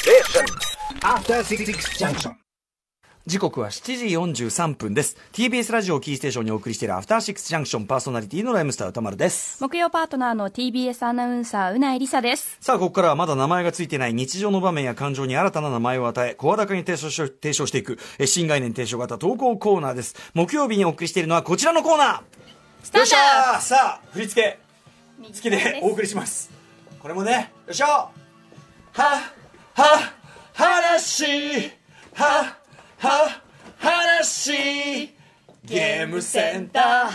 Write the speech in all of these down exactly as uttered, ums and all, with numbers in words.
After Six Junction。時刻はしちじよんじゅうさんぷんです。 ティービーエス ラジオキーステーションにお送りしているアフターシックスジャンクション、パーソナリティのライムスター歌丸です。 木曜パートナーの ティービーエス アナウンサーうないりさです。 さあ、ここからはまだ名前がついていない日常の場面や感情に新たな名前を与え、声高に提唱し提唱していく新概念提唱型投稿コーナーです。木曜日にお送りしているのはこちらのコーナー、 スタート。 よっしゃー。さあ、振り付け好きでお送りします。これもね、よいしょ。はは話はは話ゲームセンター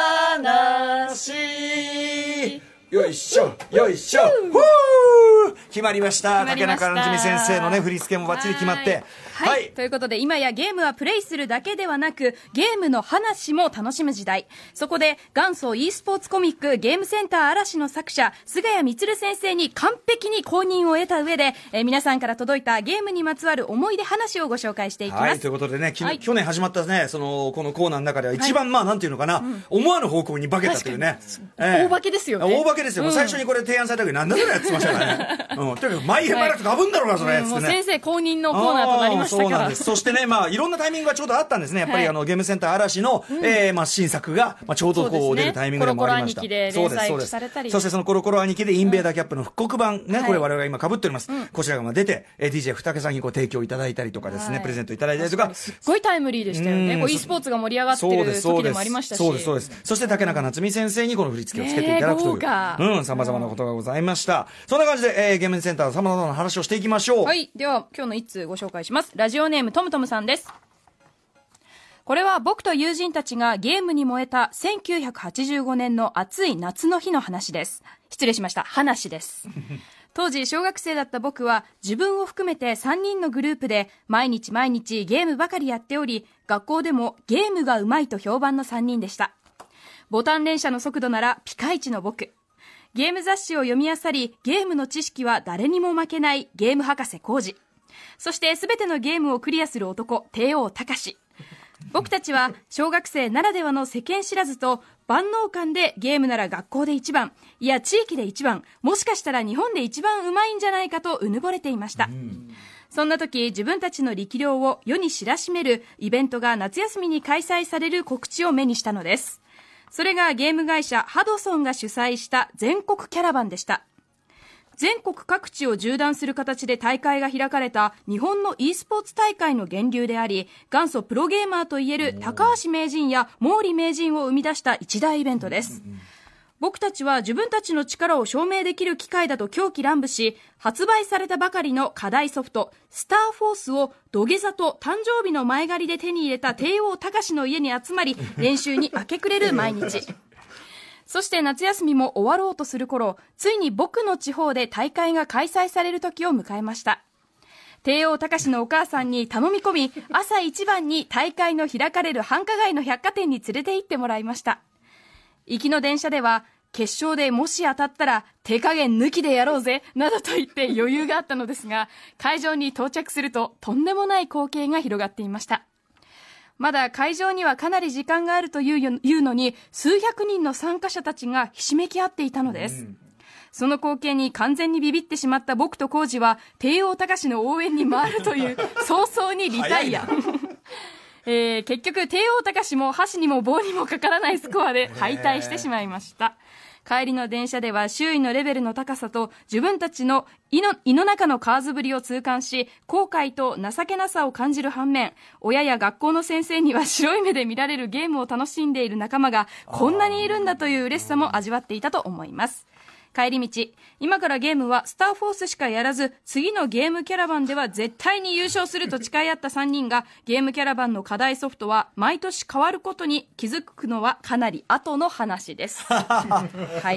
話よいしょよいしょ、ふー決まりました。竹中なじみ先生のね振り付けもバッチリ決まって、 はい、はい、ということで今やゲームはプレイするだけではなくゲームの話も楽しむ時代。そこで元祖 e スポーツコミックゲームセンター嵐の作者菅谷充先生に完璧に公認を得た上で、えー、皆さんから届いたゲームにまつわる思い出話をご紹介していきます。 はい、ということでね、はい、去年始まったねそのこのコーナーの中では一番、はい、まあなんていうのかな、うん、思わぬ方向に化けたというね、 えー、大化けですよね。 大化けですよ、うん、最初にこれ提案された時なんだそれやってましたからね、うん、とにかく毎日毎日かぶんだろうなそれ、 はい、もう先生公認のコーナーとなりましたから。そうなんです。 そしてね、まあいろんなタイミングがちょうどあったんですね。やっぱり、はい、あのゲームセンター嵐の、うん、えー、まあ新作が、まあ、ちょうどこう、ね、出るタイミングでもありました。コロコロ兄貴で連載されたり、そしてそのコロコロ兄貴でインベーダーキャップの復刻版ね、うん、これ我々が今被っております、はい、こちらがまあ出て、えー、ディージェー 二竹さんにご提供いただいたりとかですね、はい、プレゼントいただいたりとか、 すっごいタイムリーでしたよね。こう e スポーツが盛り上がってる時でもありましたし、 そうですそうです。そして竹中夏実先生にこの振り付けをつけていただくという、うん、様々なことがございました。そんな感じで、えー、ゲームセンターの様々な話をしていきましょう。 はい、では今日の一通ご紹介します。ラジオネームトムトムさんです。これは僕と友人たちがゲームに燃えたせんきゅうひゃくはちじゅうごねんの暑い夏の日の話です。失礼しました。話です。当時小学生だった僕は自分を含めてさんにんのグループで毎日毎日ゲームばかりやっており、学校でもゲームがうまいと評判のさんにんでした。ボタン連射の速度ならピカイチの僕。ゲーム雑誌を読み漁り、ゲームの知識は誰にも負けないゲーム博士浩二。そして全てのゲームをクリアする男、帝王隆。僕たちは小学生ならではの世間知らずと万能感でゲームなら学校で一番、いや地域で一番、もしかしたら日本で一番うまいんじゃないかとうぬぼれていました。そんな時自分たちの力量を世に知らしめるイベントが夏休みに開催される告知を目にしたのです。それがゲーム会社ハドソンが主催した全国キャラバンでした。全国各地を縦断する形で大会が開かれた日本の e スポーツ大会の源流であり、元祖プロゲーマーといえる高橋名人や毛利名人を生み出した一大イベントです。僕たちは自分たちの力を証明できる機会だと狂気乱舞し、発売されたばかりの課題ソフトスターフォースを土下座と誕生日の前借りで手に入れた帝王隆の家に集まり練習に明け暮れる毎日。そして夏休みも終わろうとする頃、ついに僕の地方で大会が開催される時を迎えました。帝王隆のお母さんに頼み込み、朝一番に大会の開かれる繁華街の百貨店に連れて行ってもらいました。行きの電車では、決勝でもし当たったら手加減抜きでやろうぜなどと言って余裕があったのですが、会場に到着するととんでもない光景が広がっていました。まだ会場にはかなり時間があるというのに、数百人の参加者たちがひしめき合っていたのです。うん、その光景に完全にビビってしまった僕と浩二は帝王隆の応援に回るという早々にリタイア。えー、結局帝王隆も箸にも棒にもかからないスコアで敗退してしまいました。帰りの電車では周囲のレベルの高さと自分たちの胃の、胃の中の蛙ぶりを痛感し、後悔と情けなさを感じる反面、親や学校の先生には白い目で見られるゲームを楽しんでいる仲間がこんなにいるんだという嬉しさも味わっていたと思います。帰り道、今からゲームはスターフォースしかやらず、次のゲームキャラバンでは絶対に優勝すると誓い合ったさんにんが、ゲームキャラバンの課題ソフトは毎年変わることに気づくのはかなり後の話です。はい。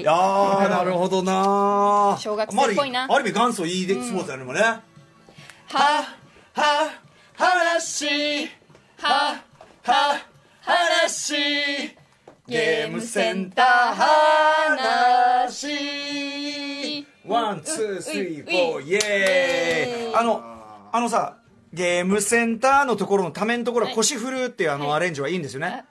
いやー、なるほどな。 小学生っぽいな。 ある意味元祖 e スポーツやるのもね。はは話はは話ゲームセンター話ワン、ツー、スリー、フォー、イエーイ。あの、あのさ、ゲームセンターのところのためのところ、腰振るっていうあのアレンジはいいんですよね。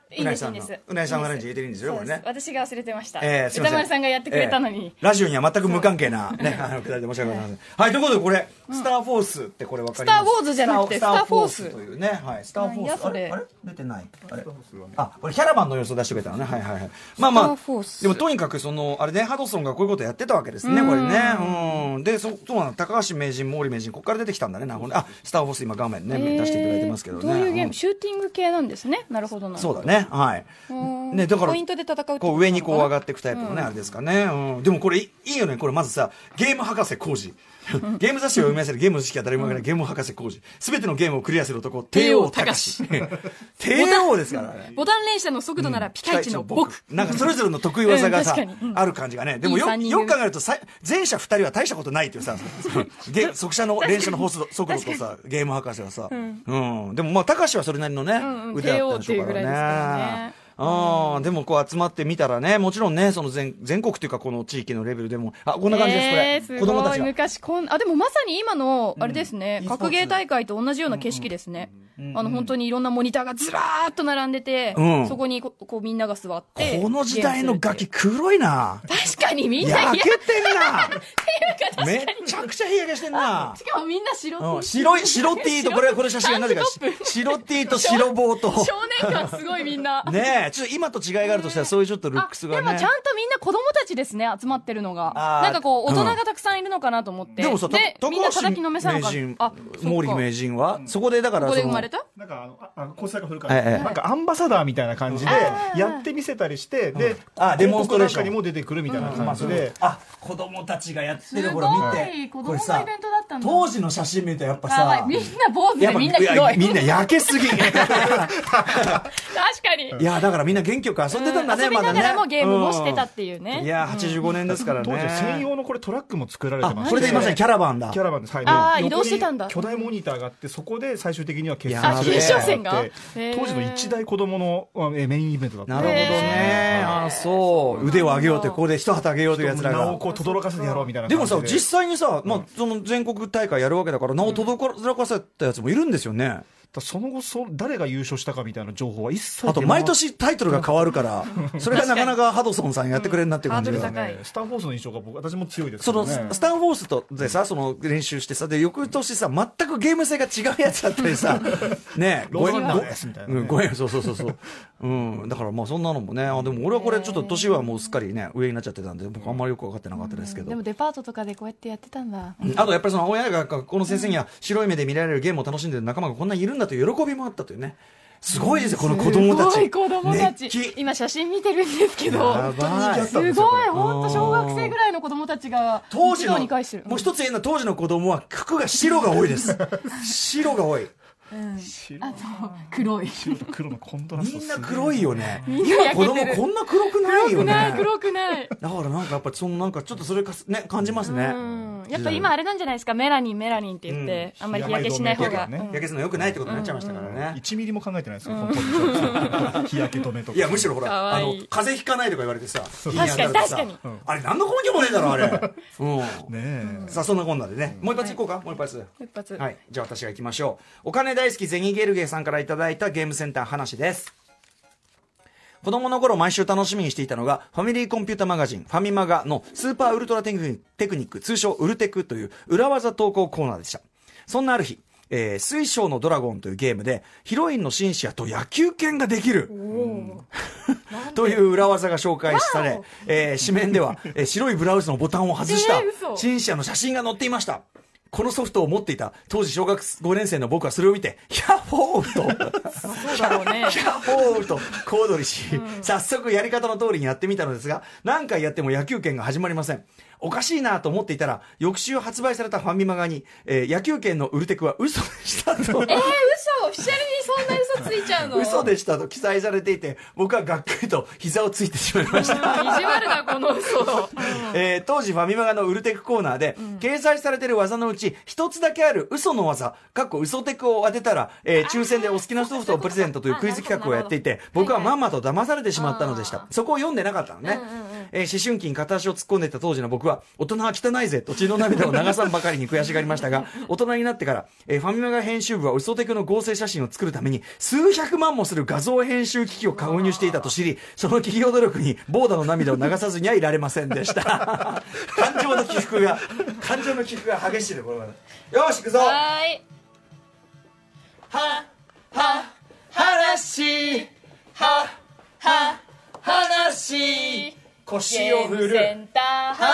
うなぎさんのうなぎさんのアレンジ入れてるんですよこれね。 私が忘れてました。 えー、すみません。 歌丸さんがやってくれたのに、 えー、ラジオには全く無関係なねあのくだりで申し訳ございません。はい、ということでこれ、うん、スターフォースってこれわかります？ スターウォーズじゃなくてスターフォースというね、はい、スターフォース。あれあれ出てない。あれあこれキャラバンの様子を出してくれたのね。はいはいはい。まあまあでもとにかくそのあれねハドソンがこういうことやってたわけですねこれね。うんでそそうなの高橋名人毛利名人ここから出てきたんだねな。あスターフォース今画面ね出していただいてますけどね。 どういうゲーム、シューティング系なんですね。なるほどな。 そうだね。はい。ねだからポイントで戦うこう上にこう上がっていくタイプのね、うん、あれですかね、うん、でもこれいいよね。これまずさゲーム博士浩二ゲーム雑誌を読み合わせるゲームの知識は誰もわからないゲーム博士浩二すべてのゲームをクリアする男帝王高志帝王ですからね。 ボタン連射の速度ならピカイチの僕、 うん、なんかそれぞれの得意技がさ、うん、ある感じがね。でも よ, よく考えるとさ前者ふたりは大したことないっていうさゲ速射の連射の速度とさゲーム博士はさ、うんうん、でもまあ高志はそれなりのね、うんうん、腕だったんでしょうからね。あでもこう集まってみたらねもちろんねその 全, 全国というかこの地域のレベルでもあこんな感じです、えー、これ子供たちが昔こんあでもまさに今のあれですね、うん、格ゲー大会と同じような景色ですね、うんうん、あの本当にいろんなモニターがずらーっと並んでて、うん、そこにここうみんなが座ってこの時代のガキ黒いな。 確かにみんな焼けてんなめちゃくちゃ日焼けしてんな。 しかもみんな白 T、 うん、白い白 T とこれこれ写真がなぜか白 T と白棒と少年感すごいみんなねえちょっと今と違いがあるとしたらそういうちょっとルックスがね。 でもちゃんとみんな子供たちですね集まってるのがなんかこう大人がたくさんいるのかなと思って、うん、 でもさでみんな叩きのめさなかった毛利名人はそこでだからここで生まれたなんかあのあ小坂古川さん、ええ、なんかアンバサダーみたいな感じでやってみせたりして、で、 あデモンストレーションにも出てくるみたいな感じで、 あ子供たちがやってるこれ見て子供のイベントだったんだ。 当時の写真見るとやっぱさみんな坊主でみんな黒いみんな焼けすぎ確かにいやだからみんな元気よく遊んでたんだね。 遊びながらもゲームもしてたっていうね。 いやはちじゅうごねんですからね。 当時専用のこれトラックも作られてまして、 これでまさにキャラバンだ。 キャラバンです。はい。 ああ移動してたんだ。 巨大モニターがあってそこで最終的には決勝決勝戦が当時の一大子供のメインイベントだった。 なるほどね。あそう腕を上げようってここで一旗あげようというやつらが名をこう轟かせてやろうみたいな感じで。でもさ実際にさ、まあ、その全国大会やるわけだから名を轟かせたやつもいるんですよね。 その後そ誰が優勝したかみたいな情報は一切あと毎年タイトルが変わるからそれがなかなかハドソンさんやってくれるなっていう感じが、うんね、スタンフォースの印象が僕私も強いですけど、ね、 そのスタンフォースとでさその練習してさで翌年さ全くゲーム性が違うやつだったりさねローランダーですみたいな、ね、 うん、ごえんそうそうそうそう、うん、だからまあそんなのもねあでも俺はこれちょっと年はもうすっかりね上になっちゃってたんで僕あんまりよく分かってなかったですけど、 でもデパートとかでこうやってやってたんだ、 うん、あとやっぱりその親がこの先生には白い目で見られるゲームを楽しんでる仲間がこんなにいるんだという喜びもあったというね。すごいですよこの子供たち。 すごい子供たち。今写真見てるんですけど、すごい本当小学生ぐらいの子供たちが当時のもう一つ言うのは当時の子供は服が白が多いです。白が多い。 うん、あと黒い白と黒のコントラストみんな黒いよね。 みんな焼けてる。 子供こんな黒くないよね。 黒くない黒くないだからなんかやっぱりそのなんかちょっとそれかね感じますね。 うんやっぱ今あれなんじゃないですかメラニンメラニンって言って、うん、あんまり日焼けしない方が、 ね、日焼けするの良くないってことになっちゃいましたからね。 いちミリも考えてないですよ、うん、日焼け止めとか。 いやむしろほらあの風邪ひかないとか言われてさ確かに確かに、 うん、あれ何の根拠もねえだろあれ、うん、 ねえさあそんなこんなでね、うん、もう一発いこうか、はい、もう一発一発はいじゃあ私がいきましょう。お金大好きゼニゲルゲーさんからいただいたゲームセンター話です。子供の頃毎週楽しみにしていたのがファミリーコンピュータマガジンファミマガのスーパーウルトラテクニック通称ウルテクという裏技投稿コーナーでした。そんなある日、えー、水晶のドラゴンというゲームでヒロインのシンシアと野球拳ができるという裏技が紹介され、えー、紙面では、えー、白いブラウスのボタンを外したシンシアの写真が載っていました。このソフトを持っていた当時小学ごねん生の僕はそれを見てヒャッホーとそうだろうねヒャッホーと小躍りし、うん、早速やり方の通りにやってみたのですが何回やっても野球拳が始まりません。おかしいなと思っていたら翌週発売されたファミマガに、えー、野球拳のウルテクは嘘でしたとえー、嘘オフィシャルにそんな嘘ついちゃうの嘘でしたと記載されていて僕はがっくりと膝をついてしまいました。 意地悪なこの嘘、 えー、当時ファミマガのウルテクコーナーで、うん、掲載されている技のうち一つだけある嘘の技かっこ嘘テクを当てたら、えー、抽選でお好きなソフトをプレゼントというクイズ企画をやっていて僕はまんまと騙されてしまったのでした。そこを読んでなかったのね、うんうんうん、 えー、思春期に片足を突っ込んでいた当時の僕は、大人は汚いぜと血の涙を流さんばかりに悔しがりましたが、大人になってから、えー、ファミマガ編集部は嘘テクの合成写真を作るために、数百万もする画像編集機器を購入していたと知り、その企業努力にボーダの涙を流さずにはいられませんでした。感情の起伏が、感情の起伏が激しいで、これは。よし、行くぞ。 はい。 は、は、話、は、は、話、腰を振る。 センター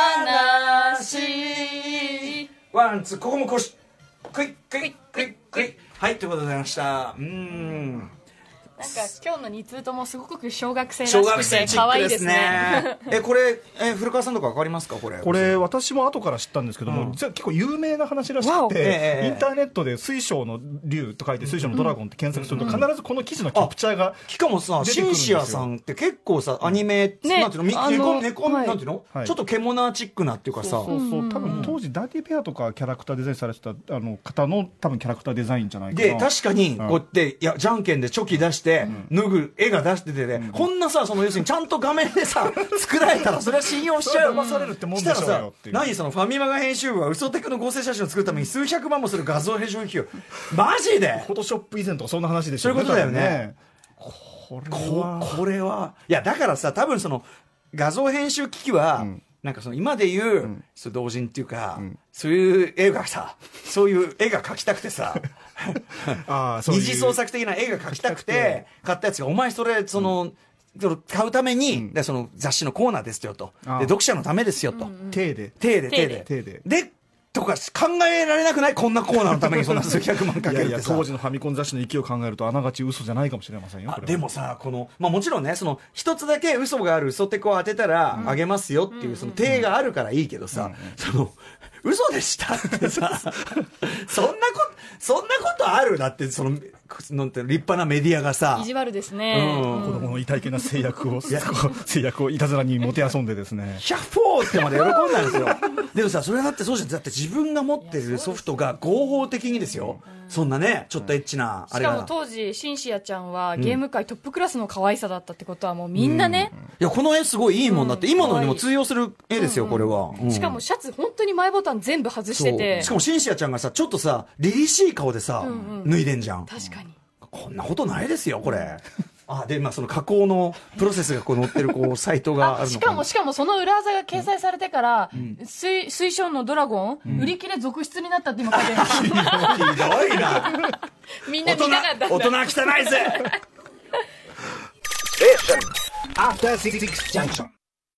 話。ワン、ツー、ここも腰。クイッ、クイッ、クイッ、クイッ。はい、ということでございました。うーん。 なんか今日のに通ともすごく小学生らしくて可愛いですね。 えこれえ古川さんとかわかりますかこれ？ これ私も後から知ったんですけども、うん、実は結構有名な話らしくて、えー、インターネットで水晶の竜と書いて水晶のドラゴンって検索すると必ずこの記事のキャプチャーがしかもさシンシアさんって結構さアニメ、うん、なんていうの猫猫なんていうの、はい、ちょっと獣チックなっていうかさそうそうそう多分当時ダーティーペアとかキャラクターデザインされてたあの方の多分キャラクターデザインじゃないかな。 で確かにこうやっていやじゃんけんでチョキ出して脱ぐ絵が出しててね、うん、こんなさその要するにちゃんと画面でさ作られたらそれは信用しちゃう。 騙されるってもんでしょうよっていう。 何そのファミマガ編集部は嘘テクの合成写真を作るために数百万もする画像編集機をマジでフォトショップ以前とかそんな話でしょうね。 そういうことだよね。 これはこ, これはいやだからさ多分その画像編集機器は、うん、なんかその今で言う、うん、そう同人っていうか、うん、そういう絵がさそういう絵が描きたくてさあ二次創作的な絵が描きたくて買ったやつがお前それその、うん買うために、うん、でその雑誌のコーナーですよとで読者のためですよと、うんうん、 手で手で手で手ででとか考えられなくないこんなコーナーのためにそんな数百万かけるってさいやいや当時のファミコン雑誌の勢いを考えるとあながち嘘じゃないかもしれませんよ。 あでもさこの、まあ、もちろんねその一つだけ嘘がある嘘テクを当てたらあげますよっていう、うん、その手があるからいいけどさ、うんうん、その嘘でしたってさそんなことそんなことあるだってそのなんて立派なメディアがさ意地悪ですね、 うん、子供の痛いけな制約を制約をいたずらにもてあそんでですねヒャッフォーってまで喜んだんですよでもさそれだってそうじゃんだって自分が持ってるソフトが合法的にですよ、うん、そんなねちょっとエッチなあれがしかも当時シンシアちゃんはゲーム界トップクラスの可愛さだったってことはもうみんなね、 うんうん、いやこの絵すごいいいもんだって、うん、今のにも通用する絵ですよ、うんうん、これは、 うん、しかもシャツ本当に前ボタン全部外しててしかもシンシアちゃんがさちょっとさ凛々しい顔でさ、うんうん、脱いでんじゃん。 確かにこんなことないですよこれあで、まあ、その加工のプロセスがこう載ってるこうサイトがあるのかなしかもしかもその裏技が掲載されてから、うん、水, 水晶のドラゴン、うん、売り切れ続出になったって今書いてるひどいなみんな見たかったんだ大人汚いぜえAfter Six Junction